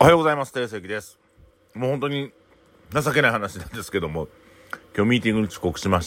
おはようございます。定石です。もう本当に情けない話なんですけども、今日ミーティングに遅刻しまして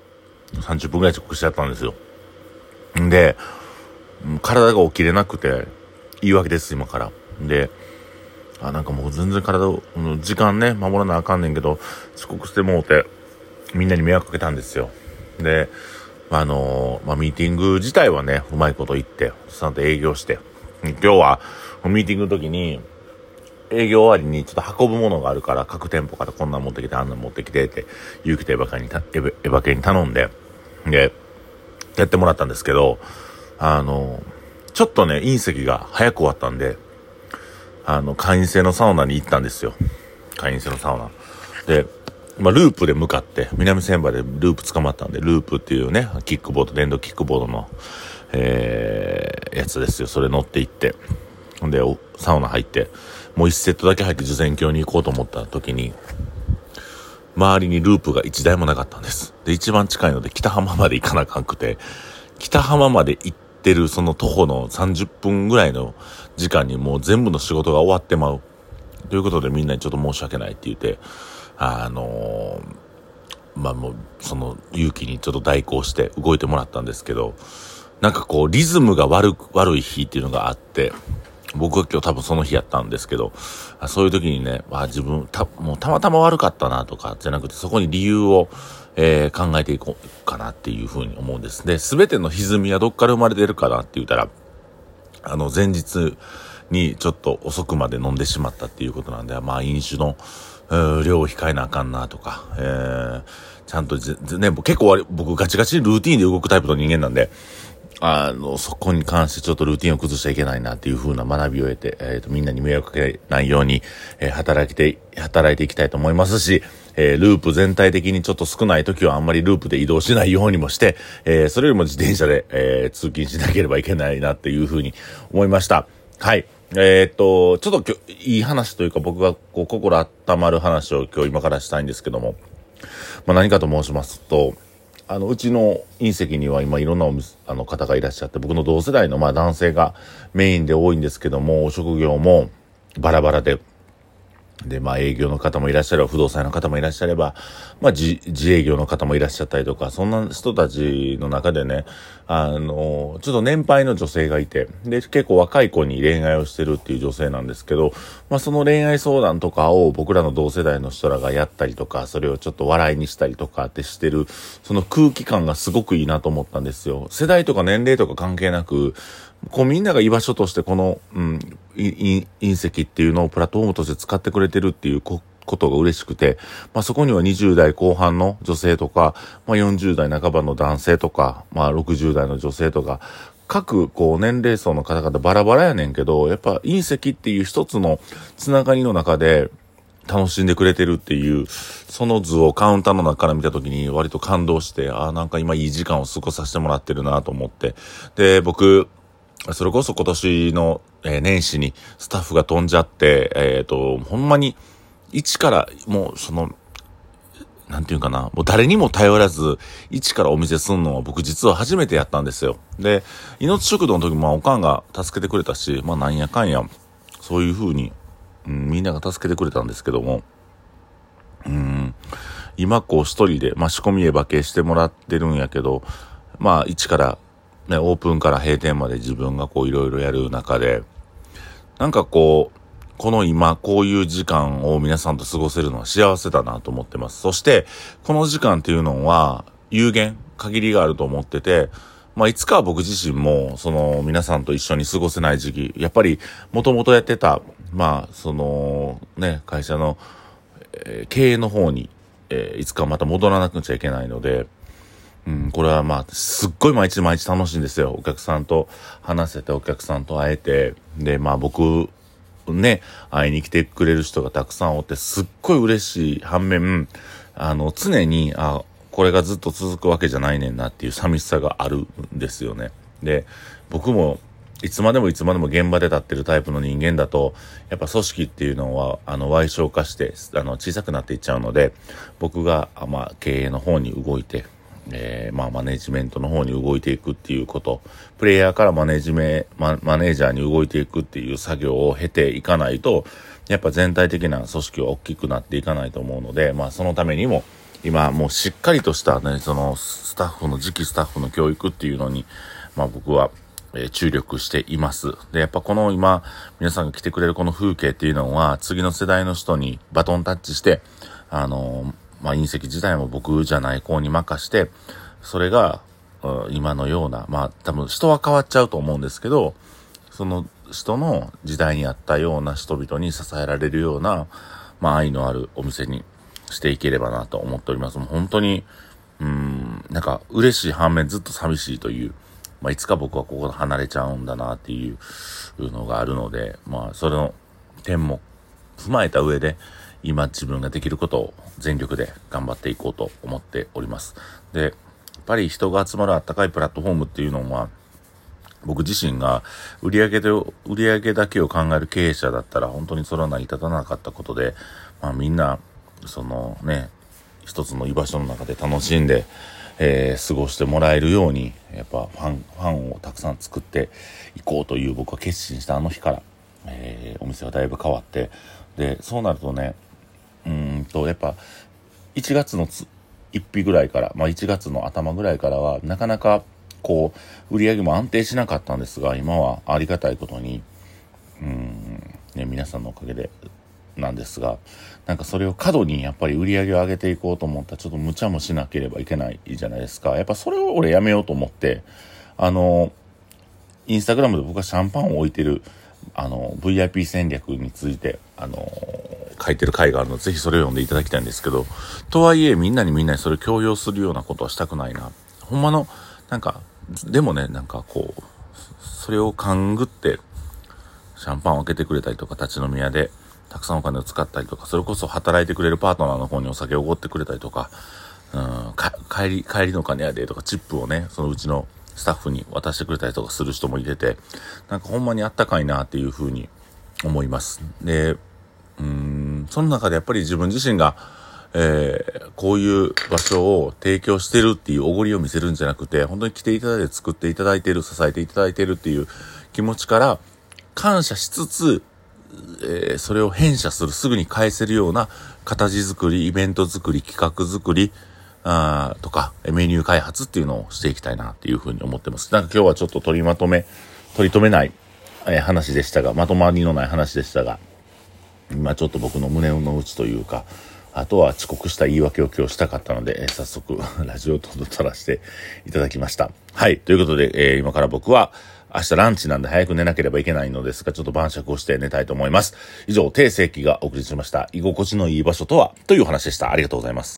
、30分ぐらい遅刻しちゃったんですよ。で、体が起きれなくて、言い訳です、今から。で、なんかもう全然時間ね、守らなあかんねんけど、遅刻してもうて、みんなに迷惑かけたんですよ。で、ミーティング自体はね、うまいこと言って、ちゃんと営業して、今日は、ミーティングの時に、営業終わりにちょっと運ぶものがあるから、各店舗からこんなん持ってきて、あんなん持ってきてって、勇気とエバ系に頼んで、で、やってもらったんですけど、ちょっとね、隕石が早く終わったんで、会員制のサウナに行ったんですよ。会員制のサウナ。で、ループで向かって、南千葉でループ捕まったんで、ループっていうね、電動キックボードの、やつですよ。それ乗って行って。で、サウナ入って、もう1セットだけ入って受験橋に行こうと思った時に、周りにループが1台もなかったんです。で、一番近いので北浜まで行かなあかんくて、北浜まで行ってるその徒歩の30分ぐらいの時間にもう全部の仕事が終わってまう。ということでみんなにちょっと申し訳ないって言って、もうその勇気にちょっと代行して動いてもらったんですけど、なんかこうリズムが悪い日っていうのがあって、僕は今日多分その日やったんですけど、そういう時にね、自分もうたまたま悪かったなとかじゃなくて、そこに理由を、考えていこうかなっていうふうに思うんです。で、全ての歪みはどっから生まれてるかなって言ったら、前日にちょっと遅くまで飲んでしまったっていうことなんで、飲酒の量を控えなあかんなとか、ちゃんとね、結構僕ガチガチにルーティーンで動くタイプの人間なんで、そこに関してちょっとルーティンを崩しちゃいけないなっていう風な学びを得て、みんなに迷惑かけないように、働いていきたいと思いますし、ループ全体的にちょっと少ない時はあんまりループで移動しないようにもして、それよりも自転車で、通勤しなければいけないなっていう風に思いました。はい。ちょっと今日いい話というか、僕がこう心温まる話を今日今からしたいんですけども、何かと申しますと、うちの隕石には今いろんな方がいらっしゃって、僕の同世代の男性がメインで多いんですけども、職業もバラバラで、営業の方もいらっしゃれば、不動産の方もいらっしゃれば、自営業の方もいらっしゃったりとか、そんな人たちの中でね、ちょっと年配の女性がいて、で、結構若い子に恋愛をしてるっていう女性なんですけど、その恋愛相談とかを僕らの同世代の人らがやったりとか、それをちょっと笑いにしたりとかってしてる、その空気感がすごくいいなと思ったんですよ。世代とか年齢とか関係なく、みんなが居場所としてこの、隕石っていうのをプラットフォームとして使ってくれてるっていうことが嬉しくて、そこには20代後半の女性とか、40代半ばの男性とか、60代の女性とか、各年齢層の方々バラバラやねんけど、やっぱ隕石っていう一つのつながりの中で楽しんでくれてるっていう、その図をカウンターの中から見たときに割と感動して、なんか今いい時間を過ごさせてもらってるなと思って。で、僕、それこそ今年の年始にスタッフが飛んじゃって、ほんまに一からもうなんていうかな、もう誰にも頼らず一からお見せするのは僕実は初めてやったんですよ。で、命食堂の時もおかんが助けてくれたし、なんやかんやそういう風に、みんなが助けてくれたんですけども、今一人で仕込みエバ系してもらってるんやけど、一からね、オープンから閉店まで自分がいろいろやる中で、なんかこの今こういう時間を皆さんと過ごせるのは幸せだなと思ってます。そして、この時間っていうのは限りがあると思ってて、いつかは僕自身も、皆さんと一緒に過ごせない時期、やっぱり、もともとやってた、会社の、経営の方に、いつかまた戻らなくちゃいけないので、これはすっごい毎日楽しいんですよ。お客さんと話せて、お客さんと会えて、で、僕、ね、会いに来てくれる人がたくさんおって、すっごい嬉しい反面、常に、これがずっと続くわけじゃないねんなっていう寂しさがあるんですよね。で、僕も、いつまでも現場で立ってるタイプの人間だと、やっぱ組織っていうのは、矮小化して、小さくなっていっちゃうので、僕が、経営の方に動いて、 マネジメントの方に動いていくっていうこと、プレイヤーからマネージャーに動いていくっていう作業を経ていかないと、やっぱ全体的な組織は大きくなっていかないと思うので、そのためにも、今もうしっかりとしたね、その次期スタッフの教育っていうのに、僕は、注力しています。で、やっぱこの今、皆さんが来てくれるこの風景っていうのは、次の世代の人にバトンタッチして、隕石自体も僕じゃない子に任して、それが、今のような、多分人は変わっちゃうと思うんですけど、その人の時代にあったような人々に支えられるような、愛のあるお店にしていければなと思っております。もう本当に、なんか嬉しい反面ずっと寂しいという、いつか僕はここ離れちゃうんだなっていうのがあるので、それの点も踏まえた上で、今自分ができることを全力で頑張っていこうと思っております。で、やっぱり人が集まるあったかいプラットフォームっていうのは、僕自身が売上だけを考える経営者だったら本当にそれは成り立たなかったことで、みんなそのね、一つの居場所の中で楽しんで、過ごしてもらえるように、やっぱファンをたくさん作っていこうという僕は決心したあの日から、お店はだいぶ変わって、でそうなるとね、やっぱ1月の1日ぐらいから、1月の頭ぐらいからはなかなかこう売り上げも安定しなかったんですが、今はありがたいことに皆さんのおかげでなんですが、なんかそれを過度にやっぱり売り上げを上げていこうと思ったらちょっと無茶もしなければいけないじゃないですか。やっぱそれを俺やめようと思って、インスタグラムで僕はシャンパンを置いてるVIP 戦略について書いてる回があるので、ぜひそれを読んでいただきたいんですけど、とはいえみんなにそれを強要するようなことはしたくないな。ほんまのでもね、それを勘ぐってシャンパンを開けてくれたりとか、立ち飲み屋でたくさんお金を使ったりとか、それこそ働いてくれるパートナーの方にお酒をおごってくれたりとか、帰りの金やでとか、チップをね、そのうちのスタッフに渡してくれたりとかする人もいてて、ほんまにあったかいなっていう風に思います。で、その中でやっぱり自分自身が、こういう場所を提供してるっていうおごりを見せるんじゃなくて、本当に来ていただいて作っていただいてる、支えていただいてるっていう気持ちから感謝しつつ、それを返謝する、すぐに返せるような形作り、イベント作り、企画作りとかメニュー開発っていうのをしていきたいなっていうふうに思ってます。今日はちょっと取り留めない、話でしたが、まとまりのない話でしたが、今ちょっと僕の胸の内というか、あとは遅刻した言い訳を今日したかったので、早速ラジオを撮らせていただきました。はい。ということで、今から僕は明日ランチなんで早く寝なければいけないのですが、ちょっと晩酌をして寝たいと思います。以上、定世紀がお送りしました。居心地のいい場所とはというお話でした。ありがとうございます。